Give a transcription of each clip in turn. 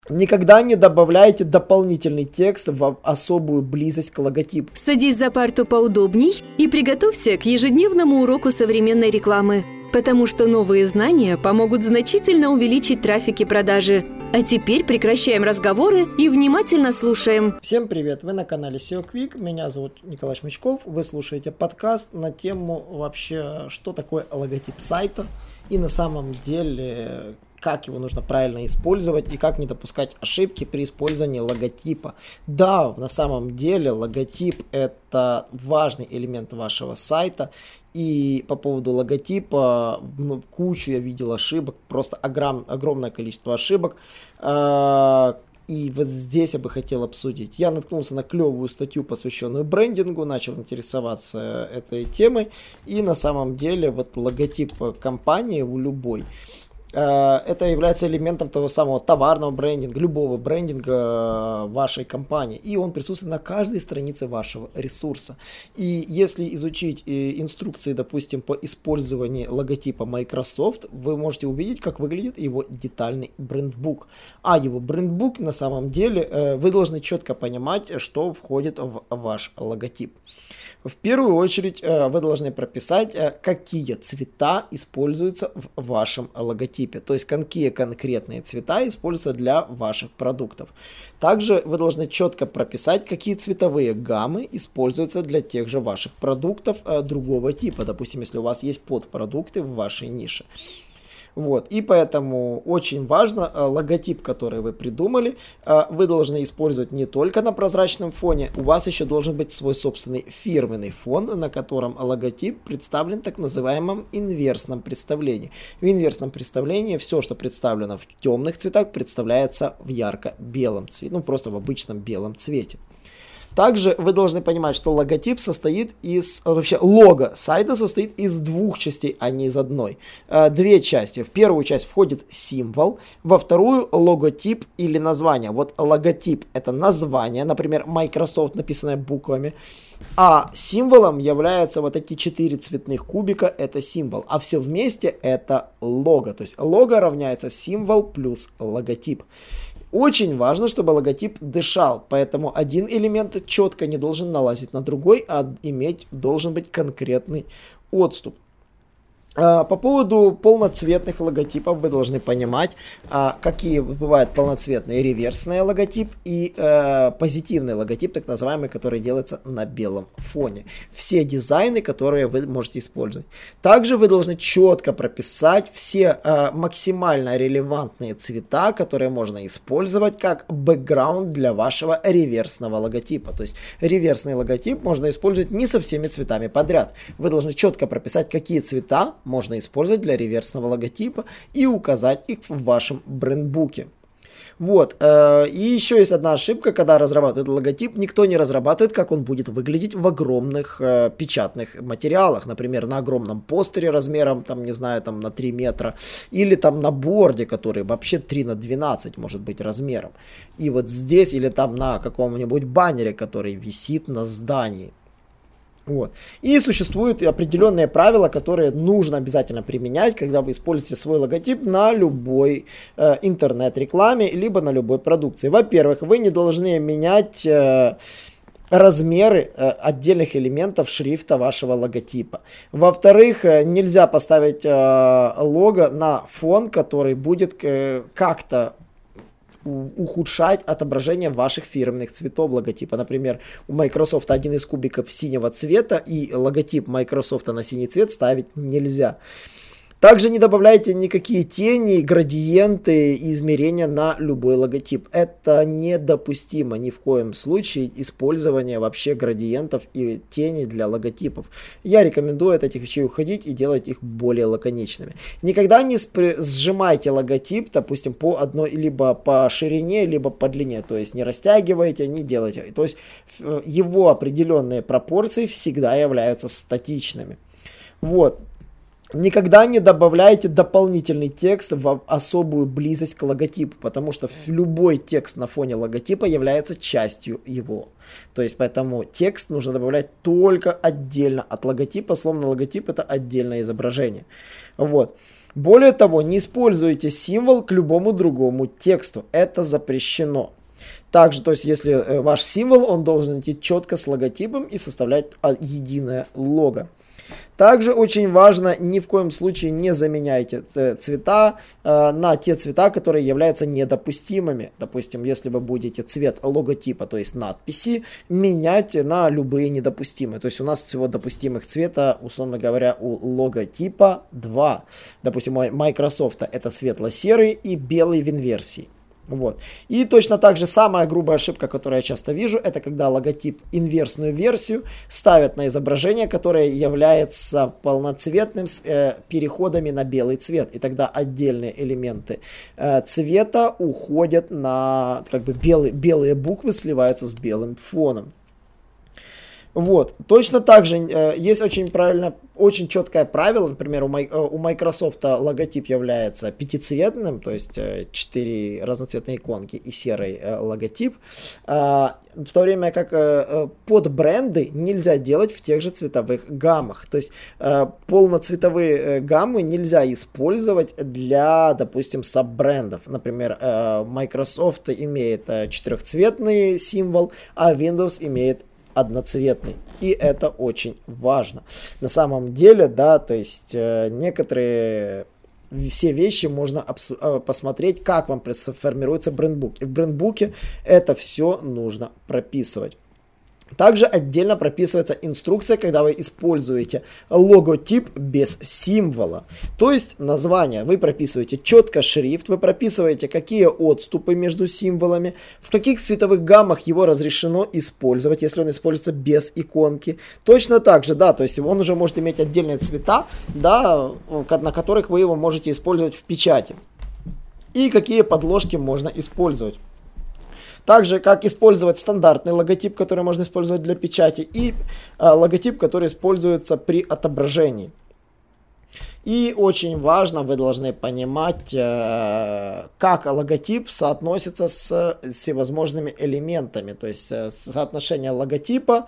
Никогда не добавляйте дополнительный текст в особую близость к логотипу. Садись за парту поудобней и приготовься к ежедневному уроку современной рекламы, потому что новые знания помогут значительно увеличить трафик и продажи. А теперь прекращаем разговоры и внимательно слушаем. Всем привет! Вы на канале SEO Quick. Меня зовут Николай Шмычков. Вы слушаете подкаст на тему вообще, что такое логотип сайта и на самом деле, как его нужно правильно использовать и как не допускать ошибки при использовании логотипа. Да, на самом деле логотип — это важный элемент вашего сайта. И по поводу логотипа, кучу я видел ошибок, просто огромное количество ошибок. И вот здесь я бы хотел обсудить. Я наткнулся на клевую статью, посвященную брендингу, начал интересоваться этой темой. И на самом деле вот логотип компании у любой, это является элементом того самого товарного брендинга, любого брендинга вашей компании. И он присутствует на каждой странице вашего ресурса. И если изучить инструкции, допустим, по использованию логотипа Microsoft, вы можете увидеть, как выглядит его детальный брендбук. А его брендбук, на самом деле, вы должны четко понимать, что входит в ваш логотип. В первую очередь вы должны прописать, какие цвета используются в вашем логотипе, то есть какие конкретные цвета используются для ваших продуктов. Также вы должны четко прописать, какие цветовые гаммы используются для тех же ваших продуктов другого типа, допустим, если у вас есть подпродукты в вашей нише. Вот. И поэтому очень важно логотип, который вы придумали, вы должны использовать не только на прозрачном фоне, у вас еще должен быть свой собственный фирменный фон, на котором логотип представлен в так называемом инверсном представлении. В инверсном представлении все, что представлено в темных цветах, представляется в ярко-белом цвете, просто в обычном белом цвете. Также вы должны понимать, что логотип состоит вообще лого сайта состоит из двух частей, а не из одной. Две части. В первую часть входит символ, во вторую логотип или название. Вот логотип — это название, например, Microsoft, написанное буквами. А символом являются вот эти 4 цветных кубика, это символ. А все вместе это лого. То есть лого равняется символ плюс логотип. Очень важно, чтобы логотип дышал, поэтому один элемент четко не должен налазить на другой, а должен быть конкретный отступ. По поводу полноцветных логотипов вы должны понимать, какие бывают полноцветные реверсные логотип и позитивный логотип, так называемый, который делается на белом фоне. Все дизайны, которые вы можете использовать. Также вы должны четко прописать все максимально релевантные цвета, которые можно использовать как бэкграунд для вашего реверсного логотипа. То есть реверсный логотип можно использовать не со всеми цветами подряд. Вы должны четко прописать, какие цвета можно использовать для реверсного логотипа и указать их в вашем брендбуке. Вот. И еще есть одна ошибка, когда разрабатывают логотип, никто не разрабатывает, как он будет выглядеть в огромных печатных материалах, например, на огромном постере размером, на 3 метра, или на борде, который вообще 3 на 12 может быть размером. И вот здесь, или на каком-нибудь баннере, который висит на здании. Вот. И существуют определенные правила, которые нужно обязательно применять, когда вы используете свой логотип на любой интернет-рекламе, либо на любой продукции. Во-первых, вы не должны менять размеры отдельных элементов шрифта вашего логотипа. Во-вторых, нельзя поставить лого на фон, который будет как-то ухудшать отображение ваших фирменных цветов логотипа. Например, у Microsoft один из кубиков синего цвета, и логотип Microsoft на синий цвет ставить нельзя. Также не добавляйте никакие тени, градиенты и измерения на любой логотип. Это недопустимо ни в коем случае использование вообще градиентов и теней для логотипов. Я рекомендую от этих вещей уходить и делать их более лаконичными. Никогда не сжимайте логотип, допустим, по одной, либо по ширине, либо по длине. То есть не растягивайте, не делайте. То есть его определенные пропорции всегда являются статичными. Вот. Никогда не добавляйте дополнительный текст в особую близость к логотипу, потому что любой текст на фоне логотипа является частью его. То есть поэтому текст нужно добавлять только отдельно от логотипа, словно логотип — это отдельное изображение. Вот. Более того, не используйте символ к любому другому тексту. Это запрещено. Также, то есть, если ваш символ, он должен идти четко с логотипом и составлять единое лого. Также очень важно, ни в коем случае не заменяйте цвета на те цвета, которые являются недопустимыми. Допустим, если вы будете цвет логотипа, то есть надписи, менять на любые недопустимые. То есть у нас всего допустимых цвета, условно говоря, у логотипа 2. Допустим, у Microsoft это светло-серый и белый в инверсии. Вот. И точно так же самая грубая ошибка, которую я часто вижу, это когда логотип инверсную версию ставят на изображение, которое является полноцветным с переходами на белый цвет. И тогда отдельные элементы цвета уходят на как бы белые буквы сливаются с белым фоном. Вот. Точно так же есть очень четкое правило, например, у Microsoft логотип является пятицветным, то есть 4 разноцветные иконки и серый логотип, в то время как подбренды нельзя делать в тех же цветовых гаммах, то есть полноцветовые гаммы нельзя использовать для, допустим, саббрендов. Например, Microsoft имеет 4-цветный символ, а Windows имеет одноцветный. И это очень важно. На самом деле, да, то есть некоторые все вещи можно посмотреть, как вам формируется брендбук. И в брендбуке это все нужно прописывать. Также отдельно прописывается инструкция, когда вы используете логотип без символа. То есть название вы прописываете четко шрифт, вы прописываете, какие отступы между символами, в каких цветовых гаммах его разрешено использовать, если он используется без иконки. Точно так же, да, то есть он уже может иметь отдельные цвета, да, на которых вы его можете использовать в печати. И какие подложки можно использовать. Также, как использовать стандартный логотип, который можно использовать для печати, и логотип, который используется при отображении. И очень важно, вы должны понимать, как логотип соотносится с всевозможными элементами. То есть соотношение логотипа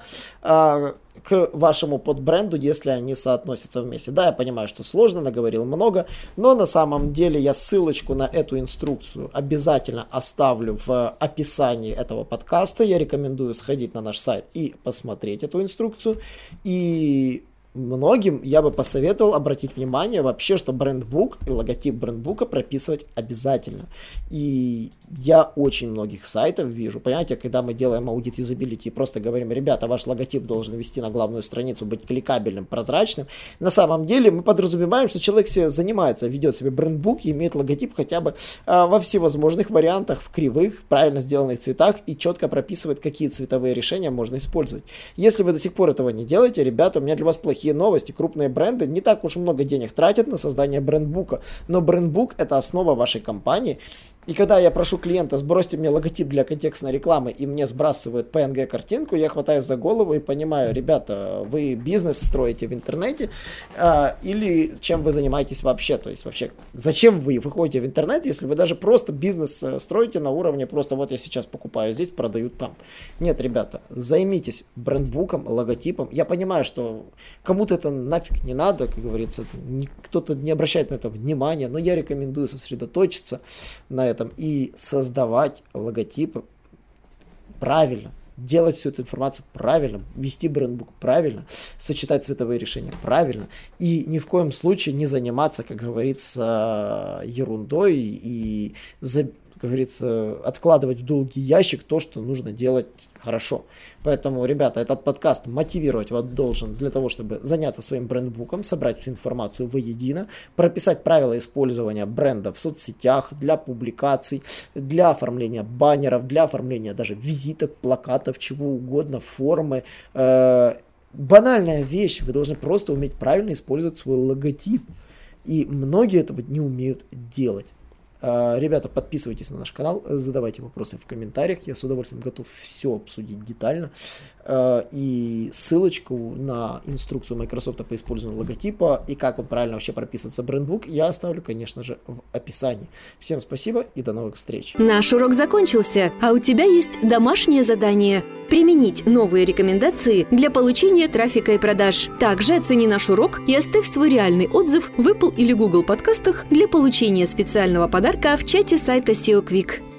к вашему подбренду, если они соотносятся вместе. Да, я понимаю, что сложно, наговорил много, но на самом деле я ссылочку на эту инструкцию обязательно оставлю в описании этого подкаста. Я рекомендую сходить на наш сайт и посмотреть эту инструкцию. И многим я бы посоветовал обратить внимание вообще, что брендбук и логотип брендбука прописывать обязательно. И я очень многих сайтов вижу, понимаете, когда мы делаем аудит юзабилити и просто говорим, ребята, ваш логотип должен вести на главную страницу, быть кликабельным, прозрачным. На самом деле мы подразумеваем, что человек себе занимается, ведет себе брендбук и имеет логотип хотя бы во всевозможных вариантах, в кривых, правильно сделанных цветах и четко прописывает, какие цветовые решения можно использовать. Если вы до сих пор этого не делаете, ребята, у меня для вас плохие новости. Крупные бренды не так уж много денег тратят на создание брендбука, но брендбук — это основа вашей компании. И когда я прошу клиента, сбросьте мне логотип для контекстной рекламы, и мне сбрасывают PNG-картинку, я хватаюсь за голову и понимаю, ребята, вы бизнес строите в интернете, или чем вы занимаетесь вообще? То есть вообще, зачем вы выходите в интернет, если вы даже просто бизнес строите на уровне, просто вот я сейчас покупаю здесь, продаю там. Нет, ребята, займитесь брендбуком, логотипом. Я понимаю, что кому-то это нафиг не надо, как говорится, кто-то не обращает на это внимания, но я рекомендую сосредоточиться на этом и создавать логотипы правильно, делать всю эту информацию правильно, вести брендбук правильно, сочетать цветовые решения правильно и ни в коем случае не заниматься, как говорится, ерундой и, как говорится, откладывать в долгий ящик то, что нужно делать хорошо. Поэтому, ребята, этот подкаст мотивировать вас должен для того, чтобы заняться своим брендбуком, собрать всю информацию воедино, прописать правила использования бренда в соцсетях, для публикаций, для оформления баннеров, для оформления даже визиток, плакатов, чего угодно, формы. Банальная вещь, вы должны просто уметь правильно использовать свой логотип. И многие этого не умеют делать. Ребята, подписывайтесь на наш канал, задавайте вопросы в комментариях, я с удовольствием готов все обсудить детально. И ссылочку на инструкцию Microsoft по использованию логотипа и как вам правильно вообще прописывается брендбук я оставлю, конечно же, в описании. Всем спасибо и до новых встреч. Наш урок закончился, а у тебя есть домашнее задание – применить новые рекомендации для получения трафика и продаж. Также оцени наш урок и оставь свой реальный отзыв в Apple или Google подкастах для получения специального подарка в чате сайта SEO Quick.